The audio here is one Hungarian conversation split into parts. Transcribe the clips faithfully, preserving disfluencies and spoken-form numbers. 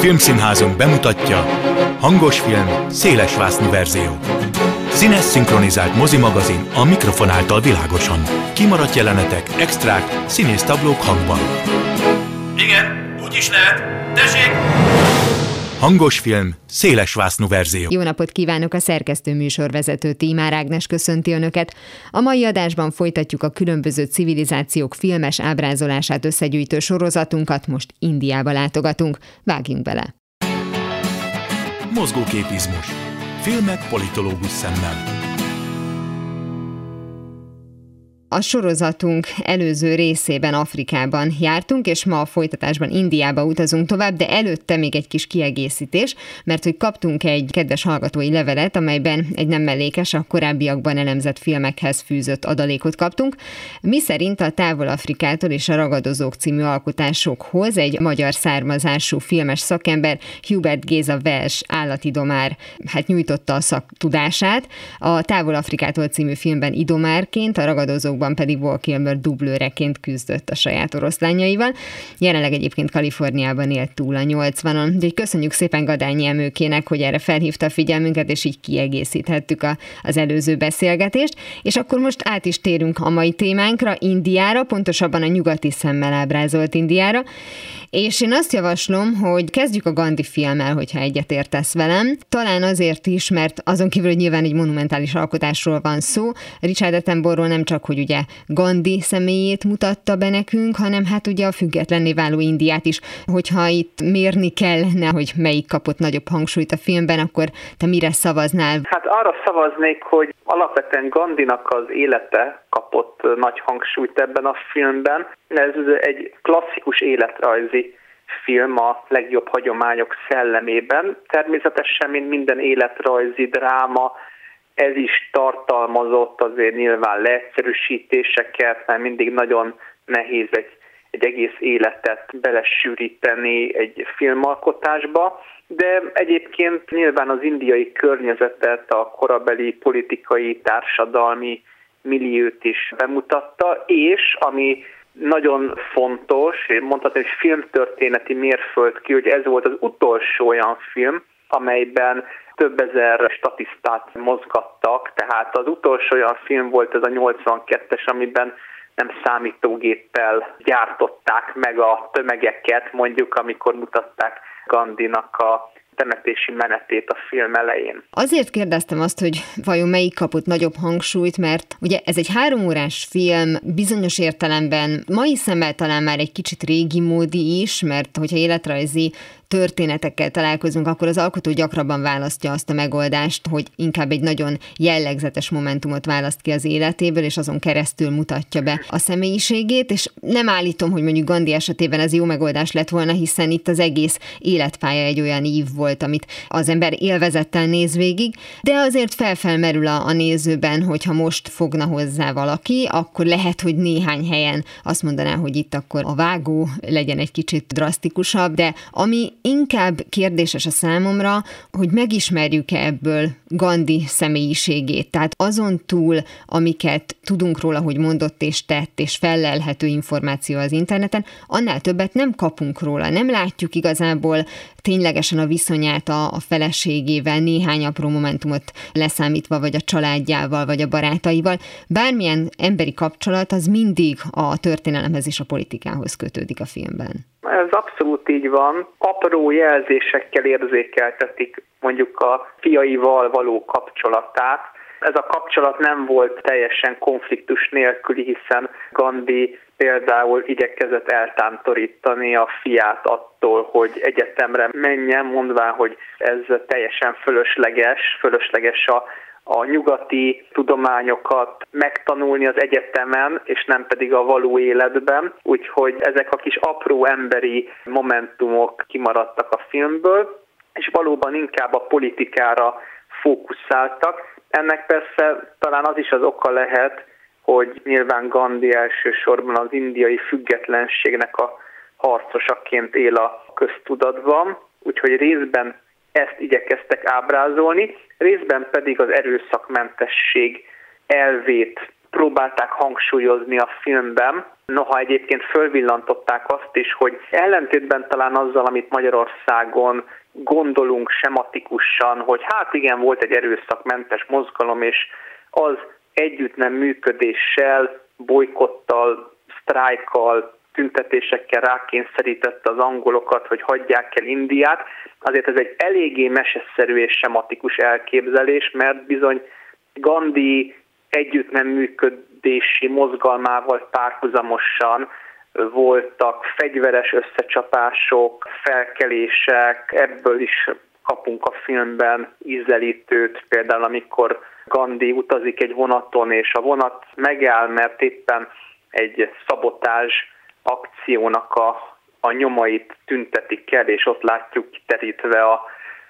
Filmszínházunk bemutatja hangos film, szélesvásznú verzió. Színes szinkronizált mozimagazin a mikrofon által világosan. Kimaradt jelenetek, extrák, színésztablók hangban. Igen, úgy is lehet. Tessék! Hangos film, szélesvásznú verzió. Jó napot kívánok, a szerkesztő műsorvezető Tímár Ágnes köszönti Önöket. A mai adásban folytatjuk a különböző civilizációk filmes ábrázolását összegyűjtő sorozatunkat, most Indiába látogatunk. Vágjunk bele! Mozgóképizmus. Filmek politológus szemmel. A sorozatunk előző részében Afrikában jártunk, és ma a folytatásban Indiába utazunk tovább, de előtte még egy kis kiegészítés, mert hogy kaptunk egy kedves hallgatói levelet, amelyben egy nem mellékes, a korábbiakban elemzett filmekhez fűzött adalékot kaptunk. Mi szerint a Távol-Afrikától és a Ragadozók című alkotásokhoz egy magyar származású filmes szakember, Hubert Géza Welsh állatidomár, hát nyújtotta a szaktudását. A Távol-Afrikától című filmben idomárként, a Ragadozók pedig Val Kilmer dublőreként küzdött a saját oroszlányaival. Jelenleg egyébként Kaliforniában élt túl a nyolcvanon. Úgyhogy köszönjük szépen Gadányi Emőkének, hogy erre felhívta a figyelmünket, és így kiegészíthettük a, az előző beszélgetést. És akkor most át is térünk a mai témánkra, Indiára, pontosabban a nyugati szemmel ábrázolt Indiára. És én azt javaslom, hogy kezdjük a Gandhi filmmel, hogyha egyetértesz velem. Talán azért is, mert azon kívül, hogy nyilván egy monumentális alkotásról van szó, Richard Attenborough nem csak, hogy ugye Gandhi személyét mutatta be nekünk, hanem hát ugye a függetlenné váló Indiát is. Hogyha itt mérni kellene, hogy melyik kapott nagyobb hangsúlyt a filmben, akkor te mire szavaznál? Hát arra szavaznék, hogy alapvetően Gandhinak az élete kapott nagy hangsúlyt ebben a filmben. Ez egy klasszikus életrajzi film a legjobb hagyományok szellemében. Természetesen, mint minden életrajzi dráma, ez is tartalmazott azért nyilván leegyszerűsítéseket, mert mindig nagyon nehéz egy, egy egész életet belesűríteni egy filmalkotásba, de egyébként nyilván az indiai környezetet, a korabeli politikai, társadalmi milliót is bemutatta, és ami nagyon fontos, mondhatni, hogy filmtörténeti mérföldkő, hogy ez volt az utolsó olyan film, amelyben több ezer statisztát mozgattak, tehát az utolsó olyan film volt ez a nyolcvankettes, amiben nem számítógéppel gyártották meg a tömegeket, mondjuk amikor mutatták Gandhinak a temetési menetét a film elején. Azért kérdeztem azt, hogy vajon melyik kapott nagyobb hangsúlyt, mert ugye ez egy három órás film, bizonyos értelemben mai szemmel talán már egy kicsit régi módi is, mert hogyha életrajzi történetekkel találkozunk, akkor az alkotó gyakrabban választja azt a megoldást, hogy inkább egy nagyon jellegzetes momentumot választ ki az életéből, és azon keresztül mutatja be a személyiségét, és nem állítom, hogy mondjuk Gandhi esetében ez jó megoldás lett volna, hiszen itt az egész életpálya egy olyan ív volt, amit az ember élvezettel néz végig, de azért felfelmerül a, a nézőben, hogyha most fogna hozzá valaki, akkor lehet, hogy néhány helyen azt mondaná, hogy itt akkor a vágó legyen egy kicsit drasztikusabb, de ami inkább kérdéses a számomra, hogy megismerjük-e ebből Gandhi személyiségét. Tehát azon túl, amiket tudunk róla, hogy mondott és tett, és fellelhető információ az interneten, annál többet nem kapunk róla. Nem látjuk igazából ténylegesen a viszonyát a, a feleségével, néhány apró momentumot leszámítva, vagy a családjával, vagy a barátaival. Bármilyen emberi kapcsolat, az mindig a történelemhez és a politikához kötődik a filmben. Ez abszolút így van. Apró jelzésekkel érzékeltetik mondjuk a fiaival való kapcsolatát. Ez a kapcsolat nem volt teljesen konfliktus nélküli, hiszen Gandhi például igyekezett eltántorítani a fiát attól, hogy egyetemre menjen, mondván, hogy ez teljesen fölösleges, fölösleges a a nyugati tudományokat megtanulni az egyetemen, és nem pedig a való életben. Úgyhogy ezek a kis apró emberi momentumok kimaradtak a filmből, és valóban inkább a politikára fókuszáltak. Ennek persze talán az is az oka lehet, hogy nyilván Gandhi elsősorban az indiai függetlenségnek a harcosaként él a köztudatban, úgyhogy részben ezt igyekeztek ábrázolni, részben pedig az erőszakmentesség elvét próbálták hangsúlyozni a filmben. Noha egyébként fölvillantották azt is, hogy ellentétben talán azzal, amit Magyarországon gondolunk sematikusan, hogy hát igen, volt egy erőszakmentes mozgalom, és az együtt nem működéssel, bolykottal, sztrájkkal, tüntetésekkel rákényszerítette az angolokat, hogy hagyják el Indiát. Azért ez egy eléggé meseszerű és sematikus elképzelés, mert bizony Gandhi együtt nem működési mozgalmával párhuzamosan voltak fegyveres összecsapások, felkelések, ebből is kapunk a filmben ízelítőt, például amikor Gandhi utazik egy vonaton, és a vonat megáll, mert éppen egy szabotázs akciónak a, a nyomait tüntetik el, és ott látjuk kiterítve a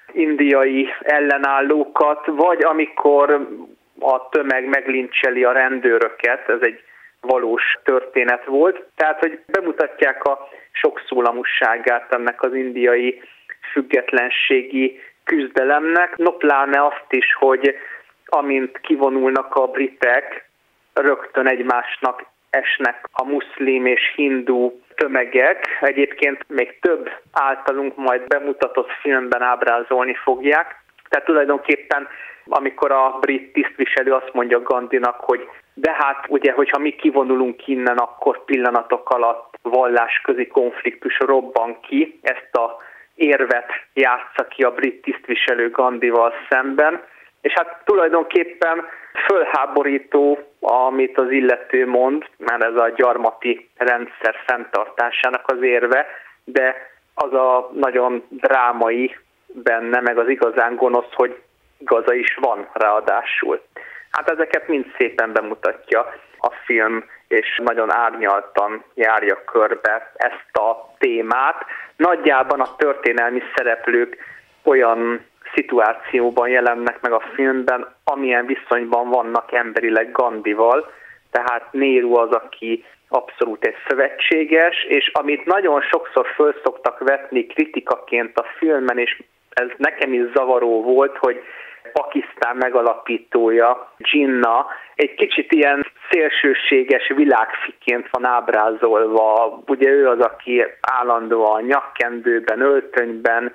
indiai ellenállókat, vagy amikor a tömeg meglincseli a rendőröket, ez egy valós történet volt. Tehát, hogy bemutatják a sokszólamúságát ennek az indiai függetlenségi küzdelemnek, no pláne azt is, hogy amint kivonulnak a britek, rögtön egymásnak esnek a muszlim és hindu tömegek. Egyébként még több általunk majd bemutatott filmben ábrázolni fogják. Tehát tulajdonképpen, amikor a brit tisztviselő azt mondja Gandhinak, hogy de hát ugye, hogyha mi kivonulunk innen, akkor pillanatok alatt vallásközi konfliktus robban ki. Ezt a érvet játsza ki a brit tisztviselő Gandhival szemben. És hát tulajdonképpen fölháborító, amit az illető mond, mert ez a gyarmati rendszer fenntartásának az érve, de az a nagyon drámai benne, meg az igazán gonosz, hogy igaza is van ráadásul. Hát ezeket mind szépen bemutatja a film, és nagyon árnyaltan járja körbe ezt a témát. Nagyjában a történelmi szereplők olyan szituációban jelennek meg a filmben, amilyen viszonyban vannak emberileg Gandhival, tehát Nehru az, aki abszolút egy szövetséges, és amit nagyon sokszor föl szoktak vetni kritikaként a filmen, és ez nekem is zavaró volt, hogy Pakisztán megalapítója, Jinnah, egy kicsit ilyen szélsőséges világfiként van ábrázolva. Ugye ő az, aki állandóan nyakkendőben, öltönyben,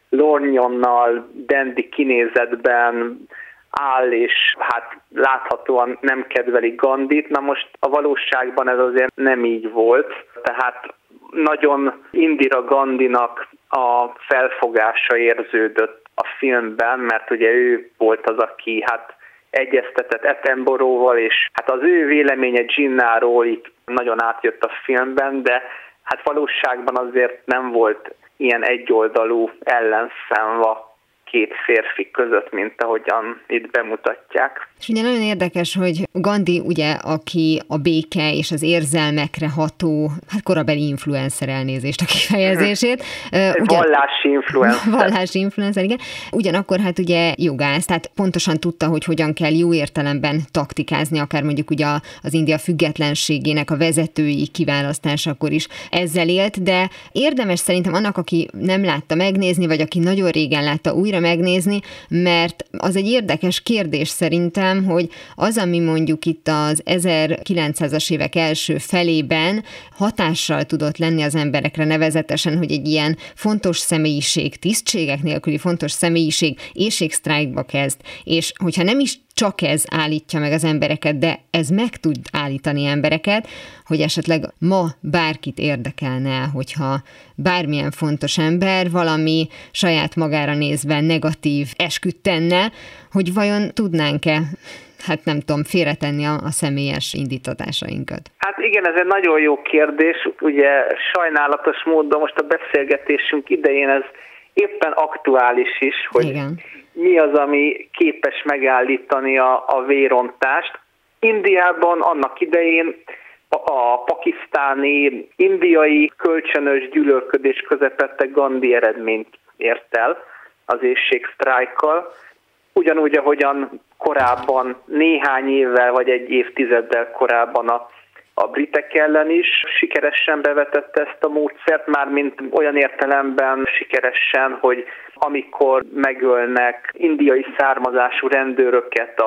lornyonnal, dandy kinézetben áll, és hát láthatóan nem kedveli Gandhit. Na most a valóságban ez azért nem így volt, tehát nagyon Indira Gandhinak a felfogása érződött a filmben, mert ugye ő volt az, aki hát egyeztetett Attenboroughval, és hát az ő véleménye Jinnahról itt nagyon átjött a filmben, de hát valóságban azért nem volt ilyen egyoldalú ellenszem két férfi között, mint ahogyan itt bemutatják. És ugye nagyon érdekes, hogy Gandhi ugye, aki a béke és az érzelmekre ható, hát korabeli influencer, elnézést a kifejezését. Ugyan... Vallási influencer. Vallási influencer, igen. Ugyanakkor hát ugye jogász, tehát pontosan tudta, hogy hogyan kell jó értelemben taktikázni, akár mondjuk ugye az India függetlenségének a vezetői kiválasztásakor is ezzel élt, de érdemes szerintem annak, aki nem látta megnézni, vagy aki nagyon régen látta újra megnézni, mert az egy érdekes kérdés szerintem, hogy az, ami mondjuk itt az ezerkilencszázas évek első felében hatással tudott lenni az emberekre, nevezetesen, hogy egy ilyen fontos személyiség, tisztségek nélküli fontos személyiség éhségsztrájkba kezd, és hogyha nem is csak ez állítja meg az embereket, de ez meg tud állítani embereket, hogy esetleg ma bárkit érdekelne, hogyha bármilyen fontos ember valami saját magára nézve negatív esküt tenne, hogy vajon tudnánk-e, hát nem tudom, félretenni a, a személyes indítatásainkat? Hát igen, ez egy nagyon jó kérdés. Ugye sajnálatos módon most a beszélgetésünk idején ez éppen aktuális is, hogy igen. Mi az, ami képes megállítani a, a vérontást. Indiában annak idején a, a pakisztáni, indiai kölcsönös gyűlölködés közepette Gandhi eredményt ért el az éhségsztrájkkal. Ugyanúgy, ahogyan korábban néhány évvel vagy egy évtizeddel korábban a a britek ellen is sikeresen bevetette ezt a módszert, mármint olyan értelemben sikeresen, hogy amikor megölnek indiai származású rendőröket a,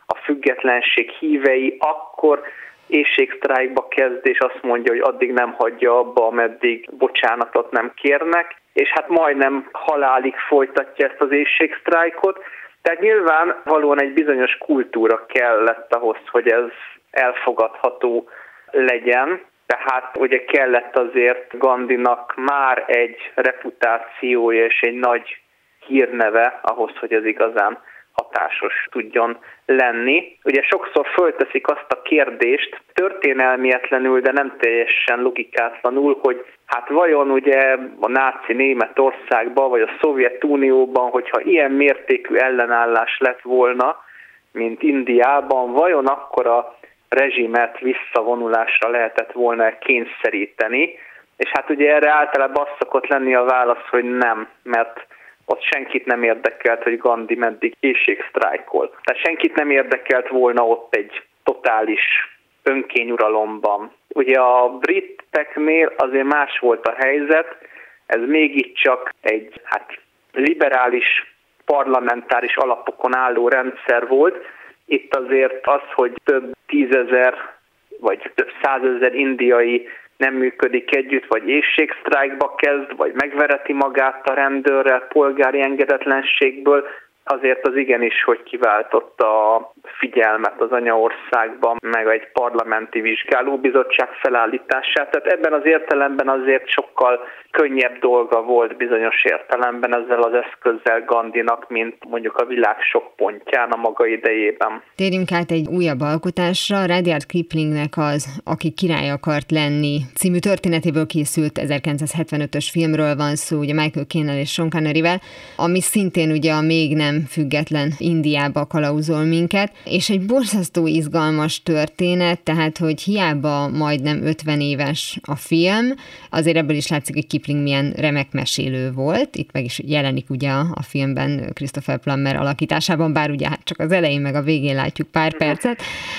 a függetlenség hívei, akkor éhségsztrájkba kezd, és azt mondja, hogy addig nem hagyja abba, ameddig bocsánatot nem kérnek, és hát majdnem halálig folytatja ezt az éhségsztrájkot. Tehát nyilván valóan egy bizonyos kultúra kellett ahhoz, hogy ez elfogadható legyen. Tehát ugye kellett azért Gandhinak már egy reputációja és egy nagy hírneve ahhoz, hogy ez igazán hatásos tudjon lenni. Ugye sokszor fölteszik azt a kérdést, történelmietlenül, de nem teljesen logikátlanul, hogy hát vajon ugye a náci Németországban, vagy a Szovjetunióban, hogyha ilyen mértékű ellenállás lett volna, mint Indiában, vajon akkor a rezsimet visszavonulásra lehetett volna kényszeríteni, és hát ugye erre általában az szokott lenni a válasz, hogy nem, mert ott senkit nem érdekelt, hogy Gandhi meddig éhségsztrájkol. Tehát senkit nem érdekelt volna ott egy totális önkényuralomban. Ugye a briteknél azért más volt a helyzet, ez mégiscsak egy hát, liberális, parlamentáris alapokon álló rendszer volt. Itt azért az, hogy több tízezer vagy több százezer indiai nem működik együtt, vagy éhségsztrájkba kezd, vagy megvereti magát a rendőrrel polgári engedetlenségből, azért az igenis, hogy kiváltotta a figyelmet az anyaországban, meg egy parlamenti vizsgálóbizottság felállítását. Tehát ebben az értelemben azért sokkal könnyebb dolga volt bizonyos értelemben ezzel az eszközzel Gandhinak, mint mondjuk a világ sok pontján a maga idejében. Térjünk át egy újabb alkotásra. Rudyard Kiplingnek az Aki király akart lenni című történetéből készült ezerkilencszázhetvenötös filmről van szó, ugye Michael Caine-nel és Sean Conneryvel, ami szintén ugye a még nem független Indiába kalauzol minket, és egy borzasztó izgalmas történet, tehát hogy hiába majdnem ötven éves a film, azért ebből is látszik, hogy Kipling milyen remek mesélő volt. Itt meg is jelenik ugye a filmben Christopher Plummer alakításában, bár ugye hát csak az elején meg a végén látjuk pár percet,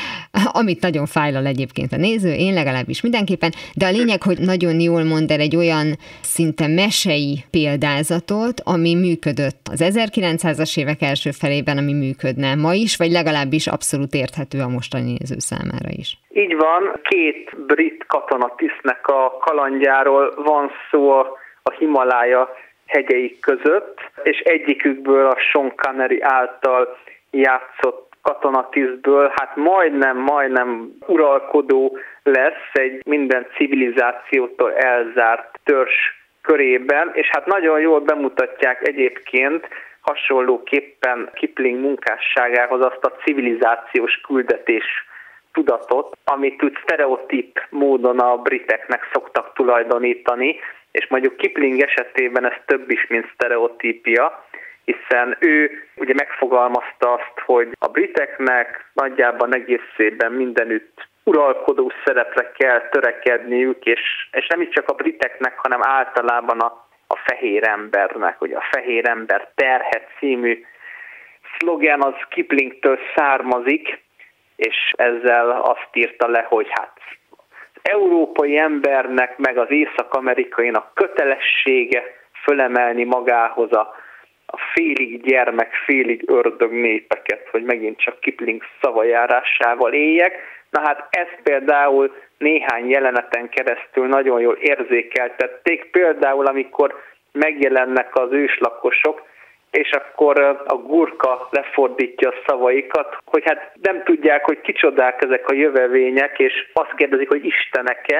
amit nagyon fájlal egyébként a néző, én legalábbis mindenképpen, de a lényeg, hogy nagyon jól mond el egy olyan szinte mesei példázatot, ami működött az ezerkilencszázas évek első felében, ami működne ma is, vagy legalábbis abszolút érthető a mostani néző számára is. Így van, két brit katonatisztnek a kalandjáról van szó a, a Himalája hegyeik között, és egyikükből a Sean Connery által játszott katonatisztből, hát majdnem, majdnem uralkodó lesz egy minden civilizációtól elzárt törzs körében, és hát nagyon jól bemutatják egyébként hasonlóképpen Kipling munkásságához azt a civilizációs küldetés tudatot, amit úgy sztereotíp módon a briteknek szoktak tulajdonítani, és mondjuk Kipling esetében ez több is, mint sztereotípia, hiszen ő ugye megfogalmazta azt, hogy a briteknek nagyjából egészében mindenütt uralkodó szerepre kell törekedniük, és, és nem is csak a briteknek, hanem általában a, a fehér embernek, ugye a fehér ember terhe című szlogen az Kiplingtől származik, és ezzel azt írta le, hogy hát az európai embernek, meg az észak-amerikainak kötelessége fölemelni magához a a félig gyermek, félig ördög népeket, hogy megint csak Kipling szavajárásával éljek. Na hát ezt például néhány jeleneten keresztül nagyon jól érzékeltették, például amikor megjelennek az őslakosok, és akkor a Gurka lefordítja a szavaikat, hogy hát nem tudják, hogy kicsodák ezek a jövevények, és azt kérdezik, hogy istenek-e,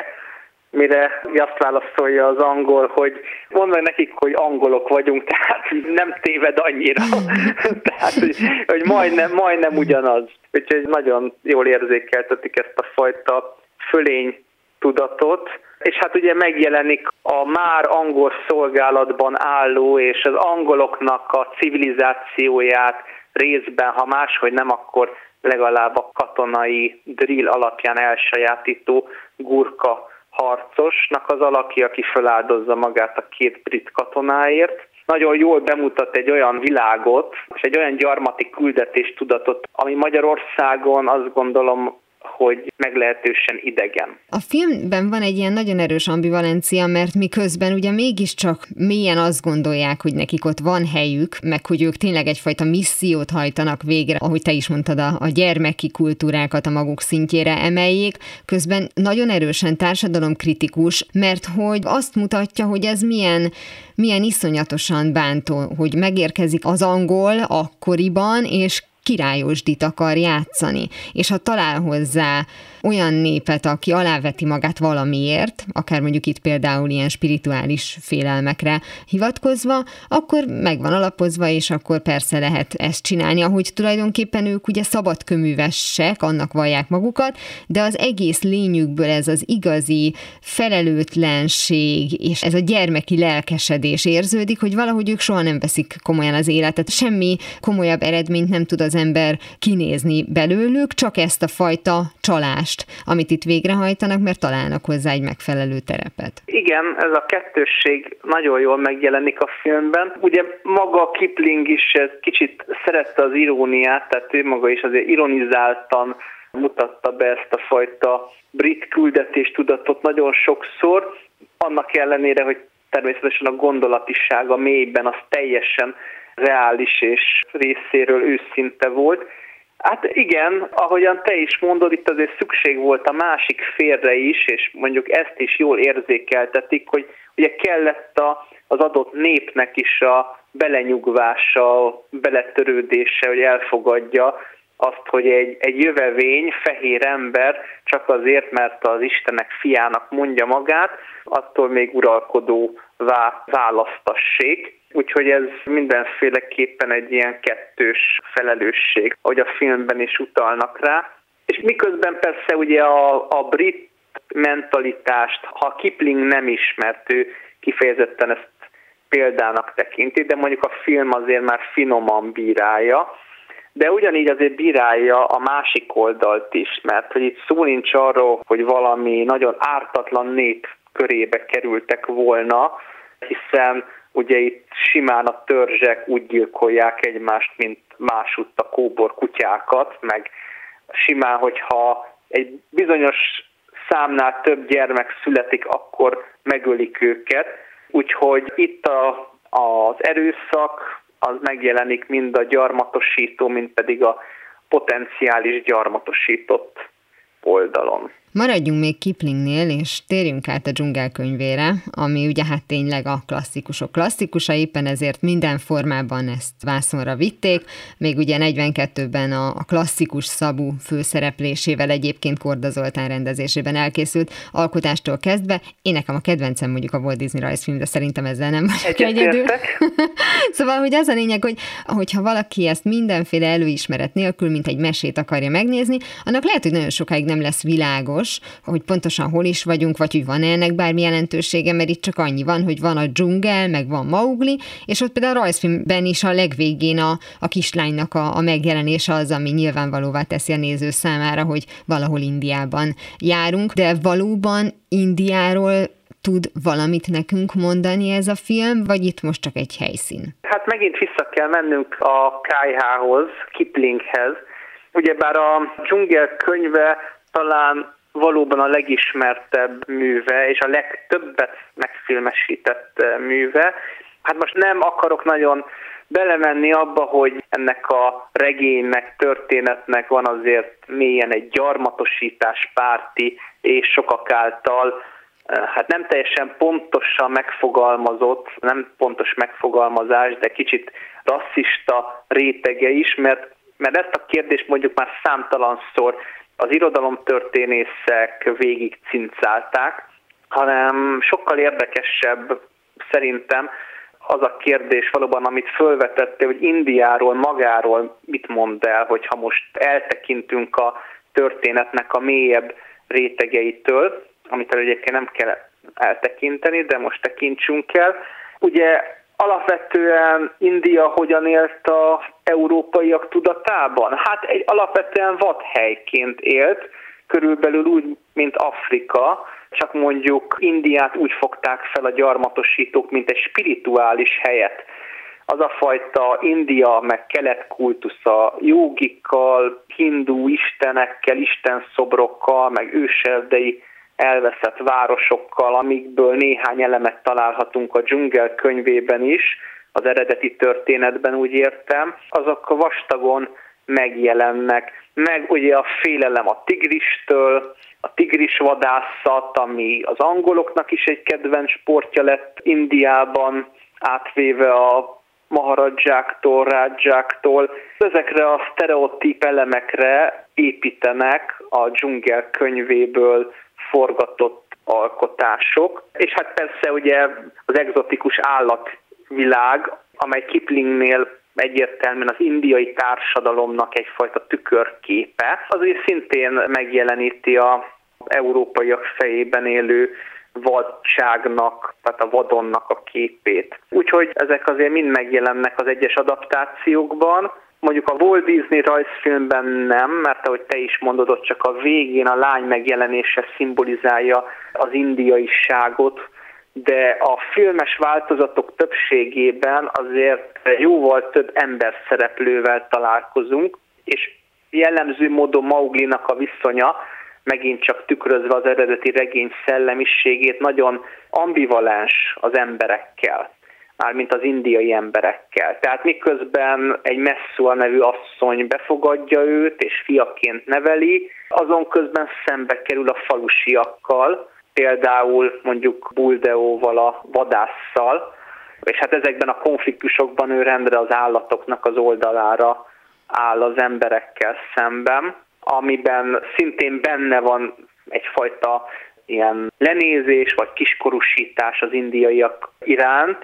mire azt válaszolja az angol, hogy mondja nekik, hogy angolok vagyunk, tehát nem téved annyira. Tehát, hogy, hogy majdnem, majdnem ugyanaz. Úgyhogy nagyon jól érzékeltetik ezt a fajta fölény tudatot. És hát ugye megjelenik a már angol szolgálatban álló, és az angoloknak a civilizációját részben, ha máshogy nem, akkor legalább a katonai drill alapján elsajátító Gurka harcosnak az alakja, aki feláldozza magát a két brit katonáért. Nagyon jól bemutat egy olyan világot, és egy olyan gyarmati küldetéstudatot, ami Magyarországon azt gondolom hogy meglehetősen idegen. A filmben van egy ilyen nagyon erős ambivalencia, mert miközben ugye mégiscsak mélyen azt gondolják, hogy nekik ott van helyük, meg hogy ők tényleg egyfajta missziót hajtanak végre, ahogy te is mondtad, a, a gyermeki kultúrákat a maguk szintjére emeljék, közben nagyon erősen társadalomkritikus, mert hogy azt mutatja, hogy ez milyen, milyen iszonyatosan bántó, hogy megérkezik az angol akkoriban, és királyosdit akar játszani, és ha talál hozzá olyan népet, aki aláveti magát valamiért, akár mondjuk itt például ilyen spirituális félelmekre hivatkozva, akkor megvan alapozva, és akkor persze lehet ezt csinálni, ahogy tulajdonképpen ők ugye szabadkőművesek, annak vallják magukat, de az egész lényükből ez az igazi felelőtlenség, és ez a gyermeki lelkesedés érződik, hogy valahogy ők soha nem veszik komolyan az életet. Semmi komolyabb eredményt nem tud az ember kinézni belőlük, csak ezt a fajta csalást, amit itt végrehajtanak, mert találnak hozzá egy megfelelő terepet. Igen, ez a kettősség nagyon jól megjelenik a filmben. Ugye maga Kipling is kicsit szerette az iróniát, tehát ő maga is azért ironizáltan mutatta be ezt a fajta brit küldetéstudatot nagyon sokszor, annak ellenére, hogy természetesen a gondolatisága mélyben az teljesen reális és részéről őszinte volt. Hát igen, ahogyan te is mondod, itt azért szükség volt a másik félre is, és mondjuk ezt is jól érzékeltetik, hogy ugye kellett a, az adott népnek is a belenyugvása, a beletörődése, hogy elfogadja azt, hogy egy, egy jövevény, fehér ember csak azért, mert az Istenek fiának mondja magát, attól még uralkodóvá választassék. Úgyhogy ez mindenféleképpen egy ilyen kettős felelősség, ahogy a filmben is utalnak rá. És miközben persze ugye a, a brit mentalitást, ha Kipling nem ismert, ő kifejezetten ezt példának tekinti, de mondjuk a film azért már finoman bírálja, de ugyanígy azért bírálja a másik oldalt is, mert hogy itt szó nincs arról, hogy valami nagyon ártatlan nép körébe kerültek volna, hiszen ugye itt simán a törzsek úgy gyilkolják egymást, mint másutt a kóbor kutyákat, meg simán, hogyha egy bizonyos számnál több gyermek születik, akkor megölik őket. Úgyhogy itt a, az erőszak az megjelenik mind a gyarmatosító, mind pedig a potenciális gyarmatosított oldalon. Maradjunk még Kiplingnél, és térjünk át a Dzsungelkönyvére, ami ugye hát tényleg a klasszikusok klasszikusa, éppen ezért minden formában ezt vászonra vitték, még ugye negyvenkettőben a, a klasszikus Szabó főszereplésével egyébként Korda Zoltán rendezésében elkészült alkotástól kezdve. Én nekem a kedvencem mondjuk a Walt Disney rajzfilm, de szerintem ezzel nem vagyok egyedül. Szóval, hogy az a lényeg, hogy hogyha valaki ezt mindenféle előismeret nélkül, mint egy mesét akarja megnézni, annak lehet, hogy nagyon sokáig nem lesz világos, hogy pontosan hol is vagyunk, vagy hogy van-e ennek bármi jelentősége, mert itt csak annyi van, hogy van a dzsungel, meg van Mowgli, és ott például a rajzfilmben is a legvégén a, a kislánynak a, a megjelenése az, ami nyilvánvalóvá teszi a néző számára, hogy valahol Indiában járunk, de valóban Indiáról tud valamit nekünk mondani ez a film, vagy itt most csak egy helyszín? Hát megint vissza kell mennünk a ká há hoz, Kiplinghez. Ugyebár a Dzsungelkönyve talán valóban a legismertebb műve, és a legtöbbet megfilmesített műve. Hát most nem akarok nagyon belemenni abba, hogy ennek a regénynek, történetnek van azért mélyen egy gyarmatosítás párti, és sokak által hát nem teljesen pontosan megfogalmazott, nem pontos megfogalmazás, de kicsit rasszista rétege is, mert, mert ezt a kérdést mondjuk már számtalanszor az irodalomtörténészek végig cincálták, hanem sokkal érdekesebb szerintem az a kérdés valóban, amit fölvetette, hogy Indiáról, magáról mit mond el, hogyha most eltekintünk a történetnek a mélyebb rétegeitől, amit egyébként nem kell eltekinteni, de most tekintsünk el. Ugye alapvetően India hogyan élt az európaiak tudatában? Hát egy alapvetően vadhelyként élt, körülbelül úgy, mint Afrika, csak mondjuk Indiát úgy fogták fel a gyarmatosítók, mint egy spirituális helyet, az a fajta India meg kelet kultusza jógikkal, hindu istenekkel, istenszobrokkal, meg őserdei elveszett városokkal, amikből néhány elemet találhatunk a Dzsungel könyvében is, az eredeti történetben úgy értem, azok vastagon megjelennek. Meg ugye a félelem a tigristől, a tigrisvadászat, ami az angoloknak is egy kedvenc sportja lett Indiában, átvéve a maharadzsáktól, rádzsáktól. Ezekre a sztereotíp elemekre építenek a Dzsungel könyvéből forgatott alkotások. És hát persze ugye az egzotikus állatvilág, amely Kiplingnél egyértelműen az indiai társadalomnak egyfajta tükörképe, az ugye szintén megjeleníti az európaiak fejében élő vadságnak, tehát a vadonnak a képét. Úgyhogy ezek azért mind megjelennek az egyes adaptációkban. Mondjuk a Walt Disney rajzfilmben nem, mert ahogy te is mondod, ott csak a végén a lány megjelenése szimbolizálja az indiaiságot, de a filmes változatok többségében azért jóval több emberszereplővel találkozunk, és jellemző módon Mauglinak a viszonya, megint csak tükrözve az eredeti regény szellemiségét, nagyon ambivalens az emberekkel, mármint az indiai emberekkel. Tehát miközben egy Messua nevű asszony befogadja őt, és fiaként neveli, azon közben szembe kerül a falusiakkal, például mondjuk Buldeóval, a vadásszal, és hát ezekben a konfliktusokban ő rendre az állatoknak az oldalára áll az emberekkel szemben, amiben szintén benne van egyfajta ilyen lenézés vagy kiskorúsítás az indiaiak iránt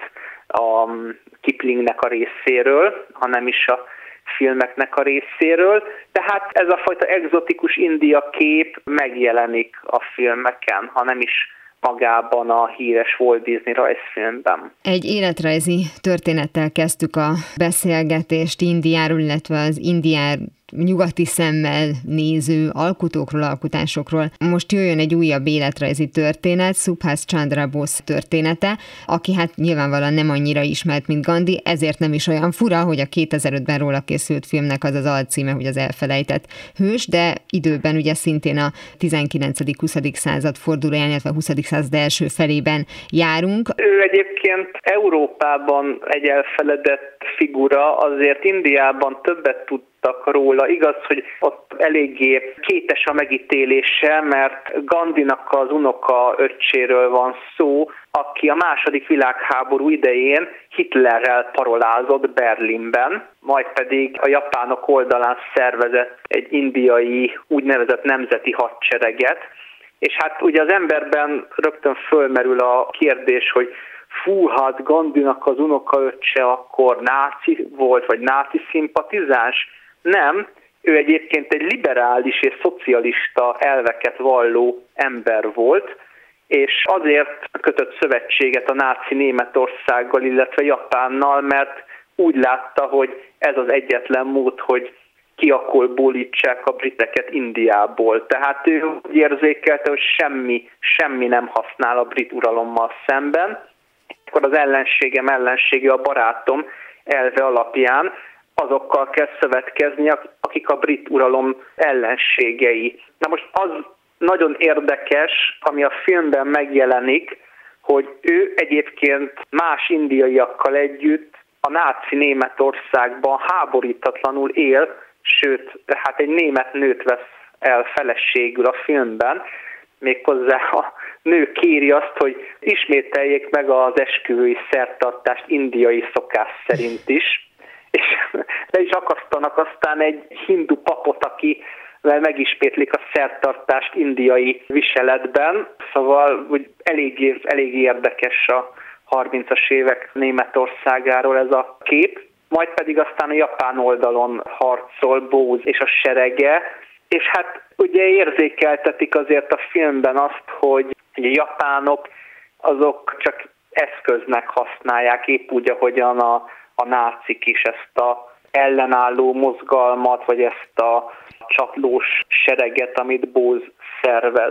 a Kiplingnek a részéről, hanem is a filmeknek a részéről. Tehát ez a fajta egzotikus India kép megjelenik a filmeken, ha nem is magában a híres Walt Disney rajzfilmben. Egy életrajzi történettel kezdtük a beszélgetést Indiáról, illetve az Indiár nyugati szemmel néző alkotókról, alkotásokról. Most jöjjön egy újabb életrajzi történet, Subhas Chandra Bose története, aki hát nyilvánvalóan nem annyira ismert, mint Gandhi, ezért nem is olyan fura, hogy a kétezer-ötben róla készült filmnek az az alcíme, hogy az elfelejtett hős, de időben ugye szintén a tizenkilencedik-huszadik század fordulóján, illetve a huszadik század első felében járunk. Ő egyébként Európában egy elfeledett figura, azért Indiában többet tud róla. Igaz, hogy ott eléggé kétes a megítélése, mert Gandhinak az unoka öccséről van szó, aki a második világháború idején Hitlerrel parolázott Berlinben, majd pedig a japánok oldalán szervezett egy indiai úgynevezett nemzeti hadsereget. És hát ugye az emberben rögtön fölmerül a kérdés, hogy fú, hát Gandhinak az unoka öccse akkor náci volt, vagy náci szimpatizáns. Nem, ő egyébként egy liberális és szocialista elveket valló ember volt, és azért kötött szövetséget a náci Németországgal, illetve Japánnal, mert úgy látta, hogy ez az egyetlen mód, hogy kiakolbólítsák a briteket Indiából. Tehát ő úgy érzékelte, hogy semmi, semmi nem használ a brit uralommal szemben. Akkor az ellenségem ellensége a barátom elve alapján azokkal kell szövetkezni, akik a brit uralom ellenségei. Na most az nagyon érdekes, ami a filmben megjelenik, hogy ő egyébként más indiaiakkal együtt a náci Németországban háborítatlanul él, sőt, hát egy német nőt vesz el feleségül a filmben, méghozzá a nő kéri azt, hogy ismételjék meg az esküvői szertartást indiai szokás szerint is, és le is akasztanak aztán egy hindu papot, aki megismétlik a szertartást indiai viseletben. Szóval úgy eléggé, eléggé érdekes a harmincas évek Németországáról ez a kép. Majd pedig aztán a japán oldalon harcol Bose és a serege, és hát ugye érzékeltetik azért a filmben azt, hogy a japánok azok csak eszköznek használják, épp úgy, ahogyan a a nácik is ezt a ellenálló mozgalmat, vagy ezt a csatlós sereget, amit Bose szervez.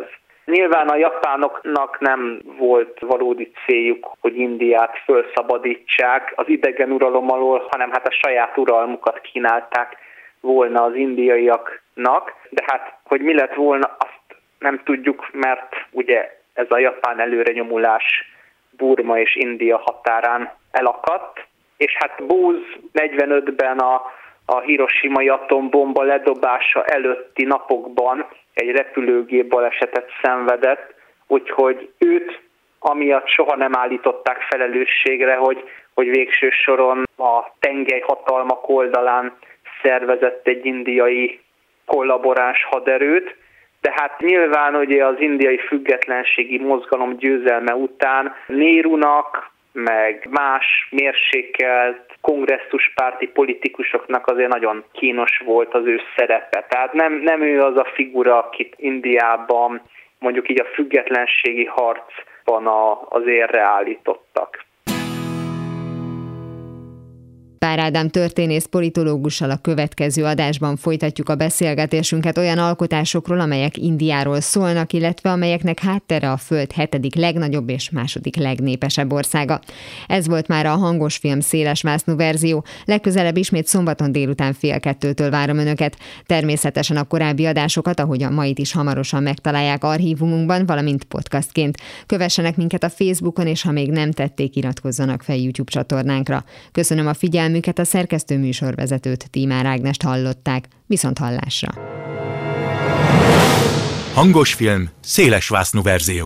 Nyilván a japánoknak nem volt valódi céljuk, hogy Indiát felszabadítsák az idegen uralom alól, hanem hát a saját uralmukat kínálták volna az indiaiaknak. De hát, hogy mi lett volna, azt nem tudjuk, mert ugye ez a japán előrenyomulás Burma és India határán elakadt. És hát Bose negyvenötben a, a hiroshimai atombomba ledobása előtti napokban egy repülőgép balesetet szenvedett, úgyhogy őt amiatt soha nem állították felelősségre, hogy, hogy végső soron a tengelyhatalmak oldalán szervezett egy indiai kollaboráns haderőt, de hát nyilván ugye az indiai függetlenségi mozgalom győzelme után Nehrunak, meg más mérsékelt kongresszuspárti politikusoknak azért nagyon kínos volt az ő szerepe. Tehát nem, nem ő az a figura, akit Indiában mondjuk így a függetlenségi harcban a, az érre állítottak. Pár Ádám történész politológussal a következő adásban folytatjuk a beszélgetésünket olyan alkotásokról, amelyek Indiáról szólnak, illetve amelyeknek háttere a Föld hetedik legnagyobb és második legnépesebb országa. Ez volt már a Hangos Film szélesvásznú verzió. Legközelebb ismét szombaton délután fél kettőtől várom Önöket. Természetesen a korábbi adásokat, ahogy a mait is hamarosan megtalálják archívumunkban, valamint podcastként. Kövessenek minket a Facebookon, és ha még nem tették, iratkozzanak fel YouTube csatornánkra. Köszönöm a figyelmet. A szerkesztő műsorvezetőt, Tímár Ágnest hallották. Viszont hallásra. Hangos Film szélesvásznú verzió.